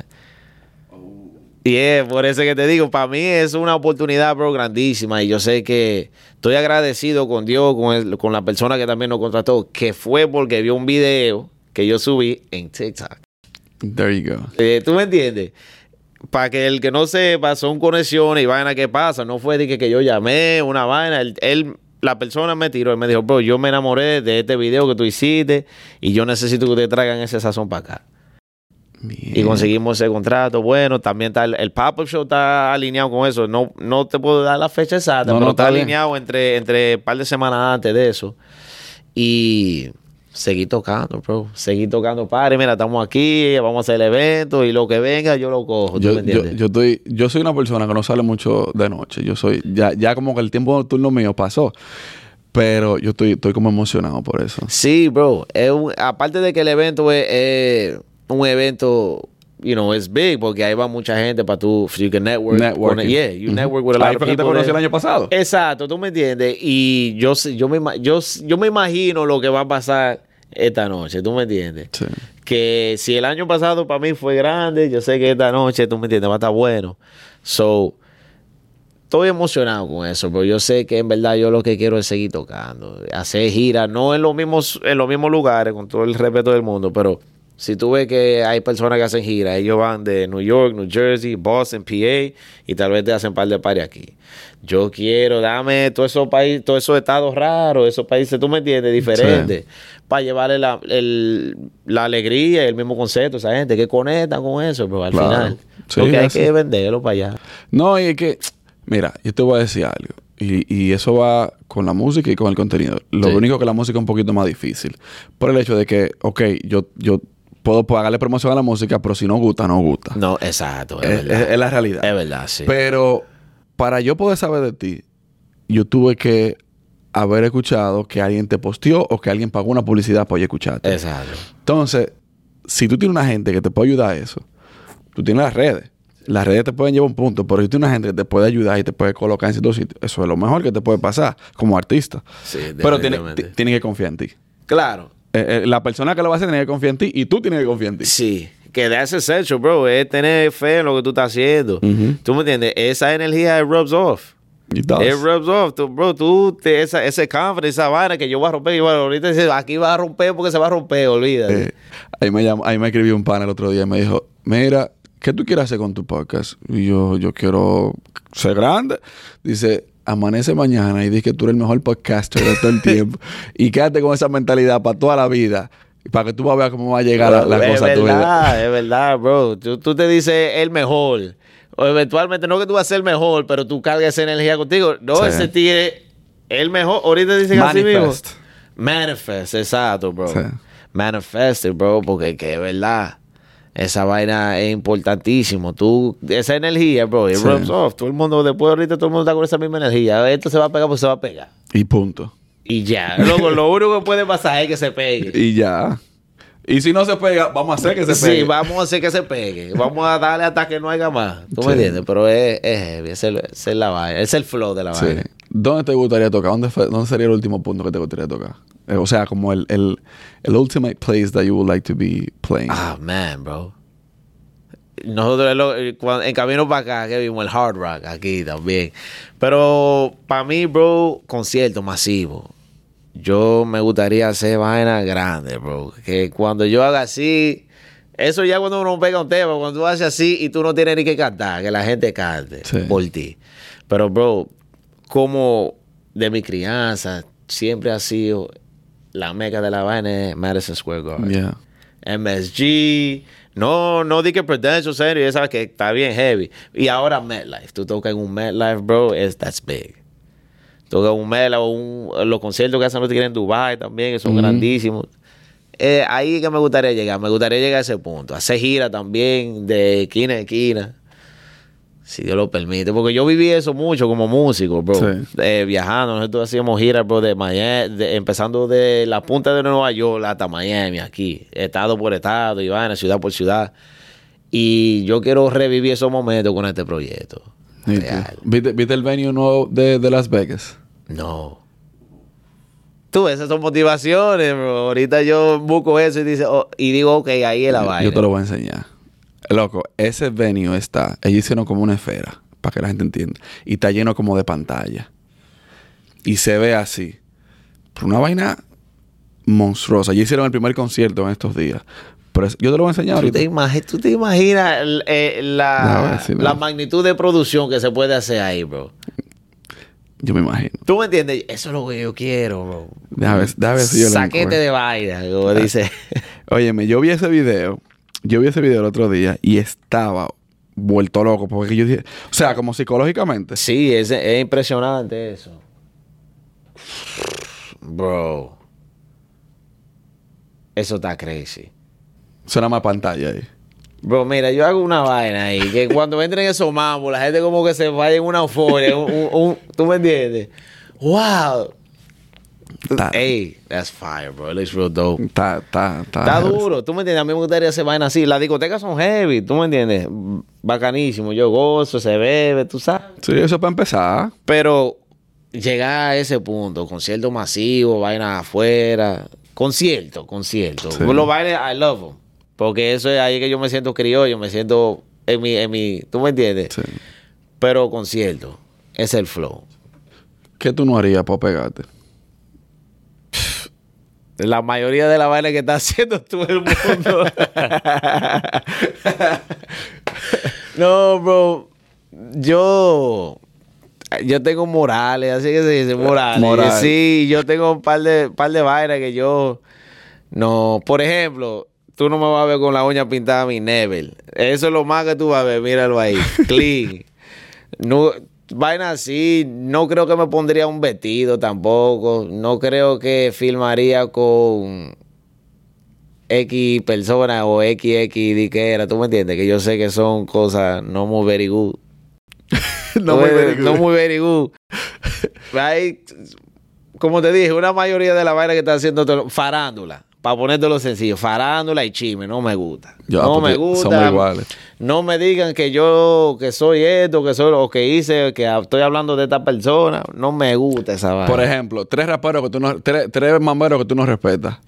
Y es por eso que te digo, para mí es una oportunidad, bro, grandísima. Y yo sé que estoy agradecido con Dios, con, el, con la persona que también nos contrató, que fue porque vio un video que yo subí en TikTok. There you go. Eh, ¿Tú me entiendes? Para que el que no sepa, son conexiones y vaina que pasa. No fue de que, que yo llamé una vaina. Él, él, la persona me tiró y me dijo, bro, yo me enamoré de este video que tú hiciste y yo necesito que ustedes traigan ese sazón para acá. Bien. Y conseguimos ese contrato. Bueno, también está el, el pop-up show está alineado con eso. No, no te puedo dar la fecha exacta, no, pero no, está, está alineado entre, entre un par de semanas antes de eso. Y seguí tocando, bro. Seguí tocando party. Mira, estamos aquí, vamos a hacer el evento y lo que venga yo lo cojo. Yo, yo, yo, estoy, yo soy una persona que no sale mucho de noche. Yo soy, ya, ya como que el tiempo nocturno mío pasó. Pero yo estoy, estoy como emocionado por eso. Sí, bro. Es un, aparte de que el evento es... es un evento, you know, es big porque ahí va mucha gente para tú, you can network. Networking. Yeah, you mm-hmm. network with a lot ahí of people. Ahí fue que te conocí el año pasado. Exacto, tú me entiendes. Y yo, yo, me, yo, yo me imagino lo que va a pasar esta noche, tú me entiendes. Sí. Que si el año pasado para mí fue grande, yo sé que esta noche, tú me entiendes, va a estar bueno. So, estoy emocionado con eso, pero yo sé que en verdad yo lo que quiero es seguir tocando, hacer giras, no en los mismos, en los mismos lugares, con todo el respeto del mundo, pero si tú ves que hay personas que hacen giras, ellos van de New York, New Jersey, Boston, P A y tal vez te hacen un par de pares aquí. Yo quiero, dame todos esos países, todos esos estados raros, esos países, tú me entiendes, diferentes, sí. Para llevarle la, el, la alegría y el mismo concepto a esa gente que conectan con eso, pero al claro. final, sí, porque hay que venderlo para allá. No, y es que, mira, yo te voy a decir algo. Y, y eso va con la música y con el contenido. Lo sí. único que la música es un poquito más difícil. Por el hecho de que, ok, yo... yo puedo pagarle promoción a la música, pero si no gusta, no gusta. No, exacto. Es, Es, verdad. es- es la realidad. Es verdad, sí. Pero para yo poder saber de ti, yo tuve que haber escuchado que alguien te posteó o que alguien pagó una publicidad para yo escucharte. Exacto. Entonces, si tú tienes una gente que te puede ayudar a eso, tú tienes las redes. Las redes te pueden llevar a un punto, pero si tienes una gente que te puede ayudar y te puede colocar en ciertos sitios, eso es lo mejor que te puede pasar como artista. Sí, Pero tiene, definitivamente. ti- tiene que confiar en ti. Claro. Eh, eh, la persona que lo va a hacer tiene que confiar en ti y tú tienes que confiar en ti. Sí. Que that's essential, bro. Es tener fe en lo que tú estás haciendo. Ujú. ¿Tú me entiendes? Esa energía rubs off. It does. It rubs off. Tú, bro, tú, te, esa, ese confidence, esa vaina que yo voy a romper. Y bueno, ahorita dice, aquí va a romper porque se va a romper, olvídate. Eh, ahí, me llamó, ahí me escribió un pana el otro día y me dijo, mira, ¿qué tú quieres hacer con tu podcast? Y yo, yo quiero ser grande. Dice, amanece mañana y di que tú eres el mejor podcaster de todo el tiempo. Y quédate con esa mentalidad para toda la vida. Para que tú vas a ver cómo va a llegar la, la es cosa a tu vida. verdad, es verdad, bro. Tú, tú te dices el mejor. O eventualmente, no que tú vas a ser el mejor, pero tú cargas esa energía contigo. No, Sí. ese tigre, el mejor. Ahorita dicen así mismo. Manifest. Manifest, exacto, bro. Sí. Manifest, it, bro, porque que es verdad. Esa vaina es importantísimo. Tú, esa energía, bro, it Sí. rubs off. Todo el mundo, después ahorita todo el mundo está con esa misma energía. Esto se va a pegar, pues se va a pegar. Y punto. Y ya. Luego, lo único que puede pasar es que se pegue. Y ya. Y si no se pega, vamos a hacer que se Sí, pegue. vamos a hacer que se pegue. Vamos a darle hasta que no haya más. ¿Tú Sí. me entiendes? Pero es, es heavy. Ese es, ese es la vaina. Es el flow de la Sí. vaina. ¿Dónde te gustaría tocar? ¿Dónde, fue- ¿Dónde sería el último punto que te gustaría tocar? Eh, o sea, como el, el, el ultimate place that you would like to be playing. Ah, man, bro. Nosotros lo- eh, cuando- en camino para acá, que vimos el Hard Rock aquí también. Pero para mí, bro, concierto masivo. Yo me gustaría hacer vaina grande, bro. Que cuando yo haga así, eso ya cuando uno pega un tema, cuando tú haces así y tú no tienes ni que cantar, que la gente cante Sí. por ti. Pero, bro, como de mi crianza, siempre ha sido la meca de la vaina es Madison Square Garden. Yeah. M S G, no, no di que Prudential Center, ya sabes que está bien heavy. Y ahora MetLife, tú tocas en un MetLife, bro, es that's big. Tocas un MetLife, un, los conciertos que hacen los tigres en Dubai también, que son Ujú. grandísimos. Eh, ahí es que me gustaría llegar, me gustaría llegar a ese punto, hacer gira también de esquina a esquina. Si Dios lo permite. Porque yo viví eso mucho como músico, bro. Sí. Eh, viajando. Nosotros hacíamos giras, bro, de Miami. de- empezando de la punta de Nueva York hasta Miami, aquí. Estado por estado, y vaina, ciudad por ciudad. Y yo quiero revivir esos momentos con este proyecto. ¿Y tú? Real. ¿Viste, viste el venue nuevo de, de Las Vegas? No. Tú, esas son motivaciones, bro. Ahorita yo busco eso y, dice, oh, y digo, ok, ahí es la Yo- vaina. Yo te lo voy a enseñar. Loco, ese venue está... Ellos hicieron como una esfera, para que la gente entienda. Y está lleno como de pantalla. Y se ve así. Pero una vaina monstruosa. Ellos hicieron el primer concierto en estos días. Pero es- yo te lo voy a enseñar ¿Tú te, ahorita. imagi- tú te imaginas el- eh, la, No, a ver si no. la magnitud de producción que se puede hacer ahí, bro? Yo me imagino. ¿Tú me entiendes? Eso es lo que yo quiero, bro. Déjame ver, déjame ver si yo lo Saquete encuentro. de vaina, como dice. Óyeme, yo vi ese video. Yo vi ese video el otro día y estaba vuelto loco. Porque yo dije... O sea, como psicológicamente. Sí, es, es impresionante eso. Bro. Eso está crazy. Suena más pantalla ahí. Bro, mira, yo hago una vaina ahí, que cuando entren esos mambos, la gente como que se vaya en una euforia, un, un- un- ¿tú me entiendes? ¡Wow! Está, Ey, that's fire, bro. It looks real dope. está, está, está, Está duro, ¿tú me entiendes? A mí me gustaría hacer vaina así. Las discotecas son heavy, ¿tú me entiendes? Bacanísimo, yo gozo, se bebe, tú sabes. Sí, eso para empezar. Pero llegar a ese punto, concierto masivo, vaina afuera, concierto, concierto. Sí. Los bailes, I love them. Porque eso es ahí que yo me siento criollo, me siento en mi, en mi, ¿tú me entiendes? Sí. Pero concierto, es el flow. ¿Qué tú no harías para pegarte? La mayoría de la vaina que está haciendo todo el mundo. No, bro. Yo. Yo tengo morales, así que se dice morales. Moral. Sí, yo tengo un par de, par de vainas que yo. No. Por ejemplo, tú no me vas a ver con la uña pintada a mi Neville. Eso es lo más que tú vas a ver, míralo ahí. Clean. No. Vaina así, no creo que me pondría un vestido tampoco. No creo que filmaría con X persona o X X diquera, ¿tú me entiendes? Que yo sé que son cosas no muy very good. no, muy very good. no muy very good. Hay, como te dije, una mayoría de la vaina que está haciendo todo, farándula. Para ponértelo sencillo, farándula y chisme, no me gusta. Yo, no me gusta. Somos iguales. No me digan que yo, que soy esto, que soy lo que hice, que estoy hablando de esta persona. No me gusta esa vaina. Por ejemplo, tres raperos que tú no, tres, tres mamberos que tú no respetas.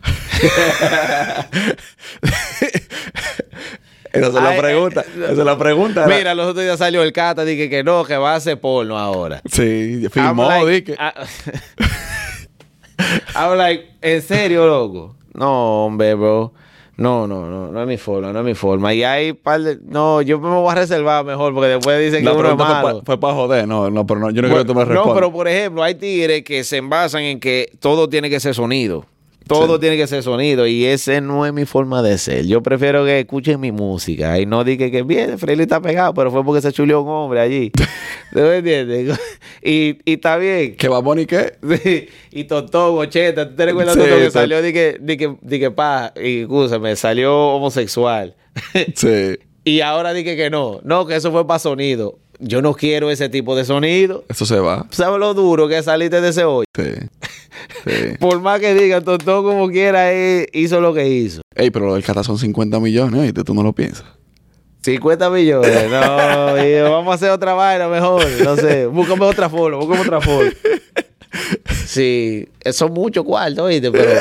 Esa es la pregunta. Esa es la pregunta. Mira, los otros días salió el Cata, dije que no, que va a hacer porno ahora. Sí, filmó, like, dije. I'm like, ¿en serio, loco? No, hombre, bro. No, no, no, no es mi forma, no es mi forma. Y hay par de... No, yo me voy a reservar mejor porque después dicen la que uno es malo. Fue para joder, no, no, pero no, yo no bueno, quiero que tú me respondas. No, pero por ejemplo, hay tigres que se envasan en que todo tiene que ser sonido. Todo sí. tiene que ser sonido y ese no es mi forma de ser. Yo prefiero que escuchen mi música y no digan que bien, Freely está pegado, pero fue porque se chuleó un hombre allí. ¿Tú me entiendes? Y, y está bien. ¿Qué va Bonnie qué? Sí. Y Totón, ochenta. ¿Tú te recuerdas sí, Totón que sí. salió? Di que, di que, di que pa, y escúchame, salió homosexual. Sí. Y ahora dije que no. No, que eso fue para sonido. Yo no quiero ese tipo de sonido. Eso se va. ¿Sabes lo duro que saliste de ese hoyo? Sí. Sí. Por más que digan, Totón como quiera, él hizo lo que hizo. Ey, pero lo del Cata son cincuenta millones, ¿oíste? Tú no lo piensas. cincuenta millones. No, y vamos a hacer otra vaina mejor. No sé, búscame otra forma, búscame otra forma. Sí, son muchos cuartos, ¿oíste? Pero...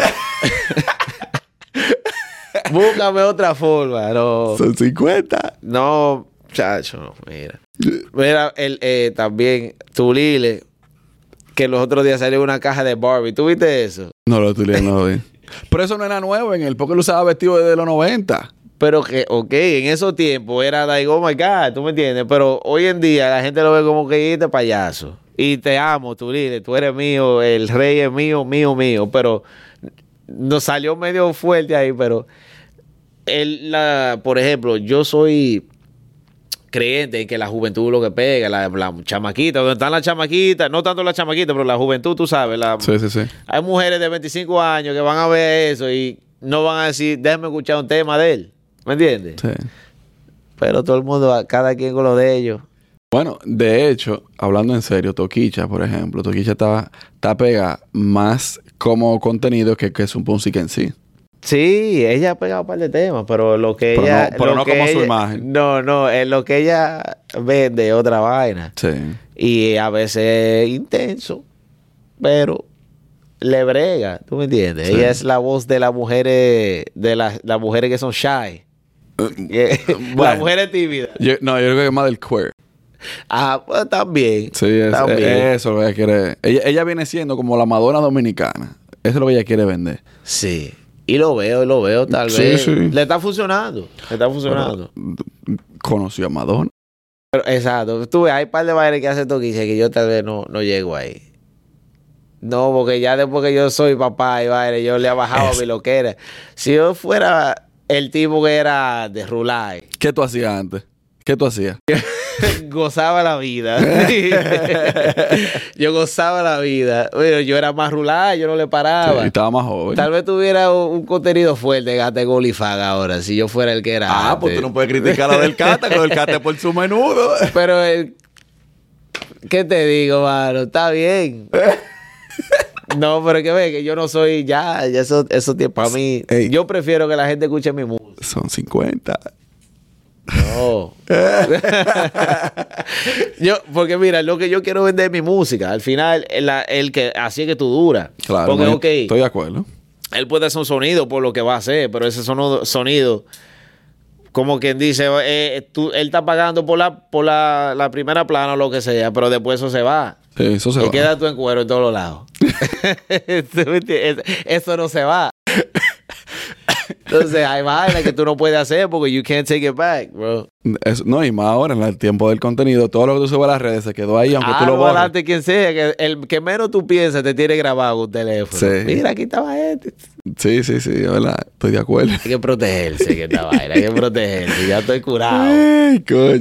búscame otra forma, no. Son cincuenta. No, chacho, no, mira. Mira, el, eh, también Tulile, que los otros días salió una caja de Barbie. ¿Tú viste eso? No, lo Tulile no lo vi. Pero eso no era nuevo en él, porque él usaba vestido desde los noventa. Pero que, ok, en esos tiempos era like, oh my God, ¿tú me entiendes? Pero hoy en día la gente lo ve como que este payaso. Y te amo, Tulile, tú eres mío, el rey es mío, mío, mío. Pero nos salió medio fuerte ahí, pero... Él, la, por ejemplo, yo soy... creyente en que la juventud es lo que pega, la, la chamaquita, donde están las chamaquitas, no tanto las chamaquitas, pero la juventud, tú sabes. La, sí, sí, sí. Hay mujeres de veinticinco años que van a ver eso y no van a decir, déjame escuchar un tema de él. ¿Me entiendes? Sí. Pero todo el mundo, cada quien con lo de ellos. Bueno, de hecho, hablando en serio, Toquicha, por ejemplo, Toquicha está, está pega más como contenido que, que es un música en sí. Sí, ella ha pegado un par de temas, pero lo que pero ella... No, pero lo no que como ella, su imagen. No, no, es lo que ella vende otra vaina. Sí. Y a veces es intenso, pero le brega, ¿tú me entiendes? Sí. Ella es la voz de las mujeres, de las, las mujeres que son shy. Uh, bueno, las mujeres tímidas. Yo, no, yo creo que es más del queer. Ah, pues también. Sí, es, también. Es, eso es lo que ella quiere. Ella, ella viene siendo como la Madonna dominicana. Eso es lo que ella quiere vender. Sí. Y lo veo, y lo veo, tal sí, vez. Sí. Le está funcionando. Le está funcionando. Pero, conoció a Madonna. Pero, exacto. Tú ves, hay un par de bailes que hace Toquicha que yo tal vez no, no llego ahí. No, porque ya después que yo soy papá y baile, yo le he bajado es. a mi loquera. Si yo fuera el tipo que era de Rulay. ¿Qué tú hacías antes? ¿Qué tú hacías? Gozaba la vida. Yo gozaba la vida. Bueno, yo era más Rulay, yo no le paraba. Sí, estaba más joven. Tal vez tuviera un, un contenido fuerte, Gata Golifaga ahora, si yo fuera el que era. Ah, antes. Pues tú no puedes criticar a la del Cata, que el Cata es por su menudo. Pero el... ¿Qué te digo, mano? Está bien. No, pero que ve que yo no soy ya, ya eso, eso para mí. Ey. Yo prefiero que la gente escuche mi música. Son cincuenta. No. yo, porque mira, lo que yo quiero vender es mi música. Al final, el, el que así es que tú duras. Claro, porque, no, okay, estoy de acuerdo. Él puede hacer un sonido por lo que va a hacer, pero ese sonido, sonido como quien dice, eh, tú, él está pagando por la por la, la primera plana o lo que sea, pero después eso se va. Sí, eso se y va. queda tú en cuero en todos los lados. Eso no se va. Entonces hay vainas que tú no puedes hacer porque you can't take it back, bro. Es, no, y más ahora en el tiempo del contenido, todo lo que tú subes a las redes se quedó ahí, aunque ah, tú lo borres. adelante quien sea, que el que menos tú piensas te tiene grabado con un teléfono. Sí. Mira, aquí estaba este. Sí, sí, sí, es verdad, estoy de acuerdo. Hay que protegerse que esta vaina, hay que protegerse, ya estoy curado. Ay, coño.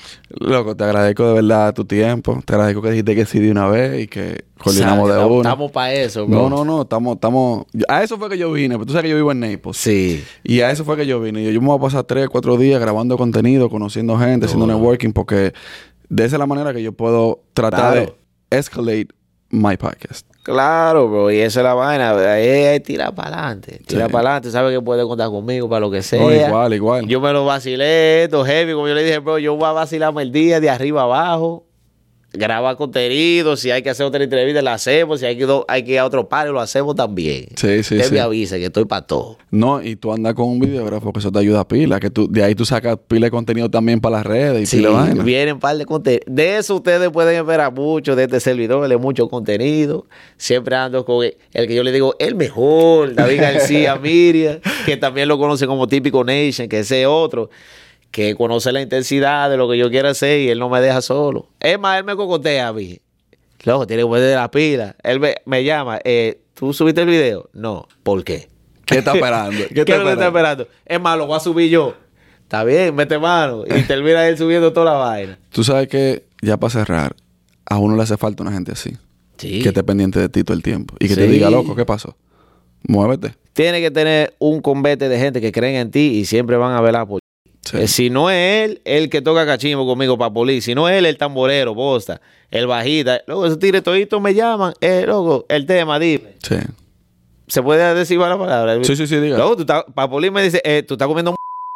Loco, te agradezco de verdad tu tiempo. Te agradezco que dijiste que sí de una vez y que coordinamos de una. Estamos para eso, bro. No, no, no. Estamos, estamos... A eso fue que yo vine. Pero tú sabes que yo vivo en Naples. Sí. Y a eso fue que yo vine. Yo, yo me voy a pasar tres, cuatro días grabando contenido, conociendo gente, oh. haciendo networking, porque de esa es la manera que yo puedo tratar claro. de escalate my podcast. Claro, bro, y esa es la vaina, es tirar para adelante, tirar sí. para adelante, sabe que puede contar conmigo para lo que sea. No, igual, igual. Yo me lo vacilé, esto heavy, como yo le dije, bro, yo voy a vacilarme el día de arriba abajo, grabar contenido, si hay que hacer otra entrevista la hacemos, si hay que, hay que ir a otro par lo hacemos también. Sí, sí, Usted sí. me avisa que estoy para todo. No, y tú andas con un videógrafo que eso te ayuda a pila, que tú de ahí tú sacas pila de contenido también para las redes y sí, pila de vaina. Vienen par de contenido. De eso ustedes pueden esperar mucho de este servidor, de mucho contenido. Siempre ando con el, el que yo le digo el mejor, David García Miriam, que también lo conoce como Típico Nation, que ese es otro. Que conoce la intensidad de lo que yo quiero hacer y él no me deja solo. Es más, él me cocotea a mí. Loco, tiene que poner la pila. Él me, me llama. Eh, ¿Tú subiste el video? No. ¿Por qué? ¿Qué está esperando? ¿Qué, ¿Qué está, está esperando? Es más, lo voy a subir yo. Está bien, mete mano. Y termina él subiendo toda la vaina. Tú sabes que, ya para cerrar, a uno le hace falta una gente así. Sí. Que esté pendiente de ti todo el tiempo. Y que sí. te diga, loco, ¿qué pasó? Muévete. Tiene que tener un convete de gente que creen en ti y siempre van a velar por sí. eh, si no es él, el que toca cachimbo conmigo para polir. Si no es él, el tamborero, bosta, el bajista. Luego esos tigres toditos me llaman. Eh, loco, el tema, dime. Sí. ¿Se puede decir la palabra? Sí, sí, sí, diga. Luego, tú estás, para polir me dice, eh, tú estás comiendo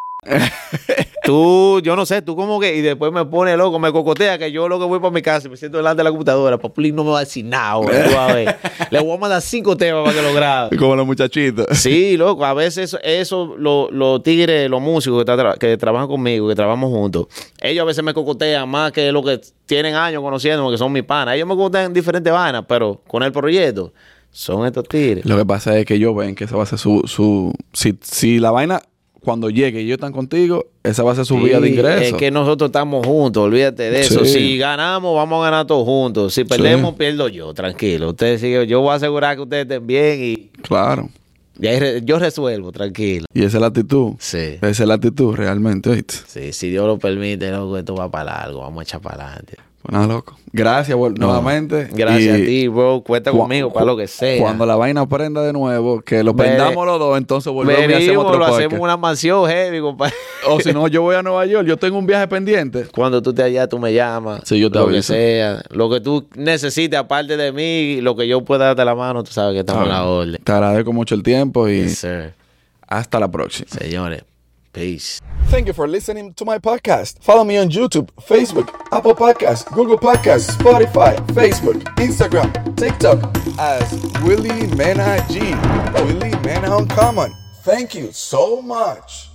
tú, yo no sé, tú como que, y después me pone loco, me cocotea, que yo lo que voy para mi casa, me siento delante de la computadora, Papulín no me va a decir nada, güey, tú a ver. Le voy a mandar cinco temas para que lo grabe. Como los muchachitos. Sí, loco, a veces eso, eso los lo tigres, los músicos que, tra que trabajan conmigo, que trabajamos juntos, ellos a veces me cocotean más que los que tienen años conociéndome, que son mis panas. Ellos me cocotean en diferentes vainas, pero con el proyecto son estos tigres. Lo que pasa es que ellos ven que esa va a ser su... su si, si la vaina... Cuando llegue y ellos están contigo, esa va a ser su sí, vía de ingreso. Es que nosotros estamos juntos, olvídate de eso. Sí. Si ganamos, vamos a ganar todos juntos. Si perdemos, sí. pierdo yo, tranquilo. Ustedes siguen, yo voy a asegurar que ustedes estén bien y... Claro. Y ahí yo resuelvo, tranquilo. Y esa es la actitud. Sí. Esa es la actitud, realmente, ¿viste? Sí, si Dios lo permite, loco, esto va para largo. Vamos a echar para adelante. Pues nada, loco. Gracias no. nuevamente. Gracias y a ti, bro. Cuenta conmigo para lo que sea. Cuando la vaina prenda de nuevo, que lo prendamos los dos, entonces volvemos y hacemos otro lo podcast. hacemos una mansión heavy, compadre. O si no, yo voy a Nueva York. Yo tengo un viaje pendiente. Cuando tú estés allá, tú me llamas. Sí, yo te Lo aviso. que sea. Lo que tú necesites, aparte de mí, lo que yo pueda darte la mano, tú sabes que estamos en la orden. Te agradezco mucho el tiempo y yes, sir. Hasta la próxima. Señores, peace. Thank you for listening to my podcast. Follow me on YouTube, Facebook, Apple Podcasts, Google Podcasts, Spotify, Facebook, Instagram, TikTok as Willie Mena G. Willie Mena Uncommon. Thank you so much.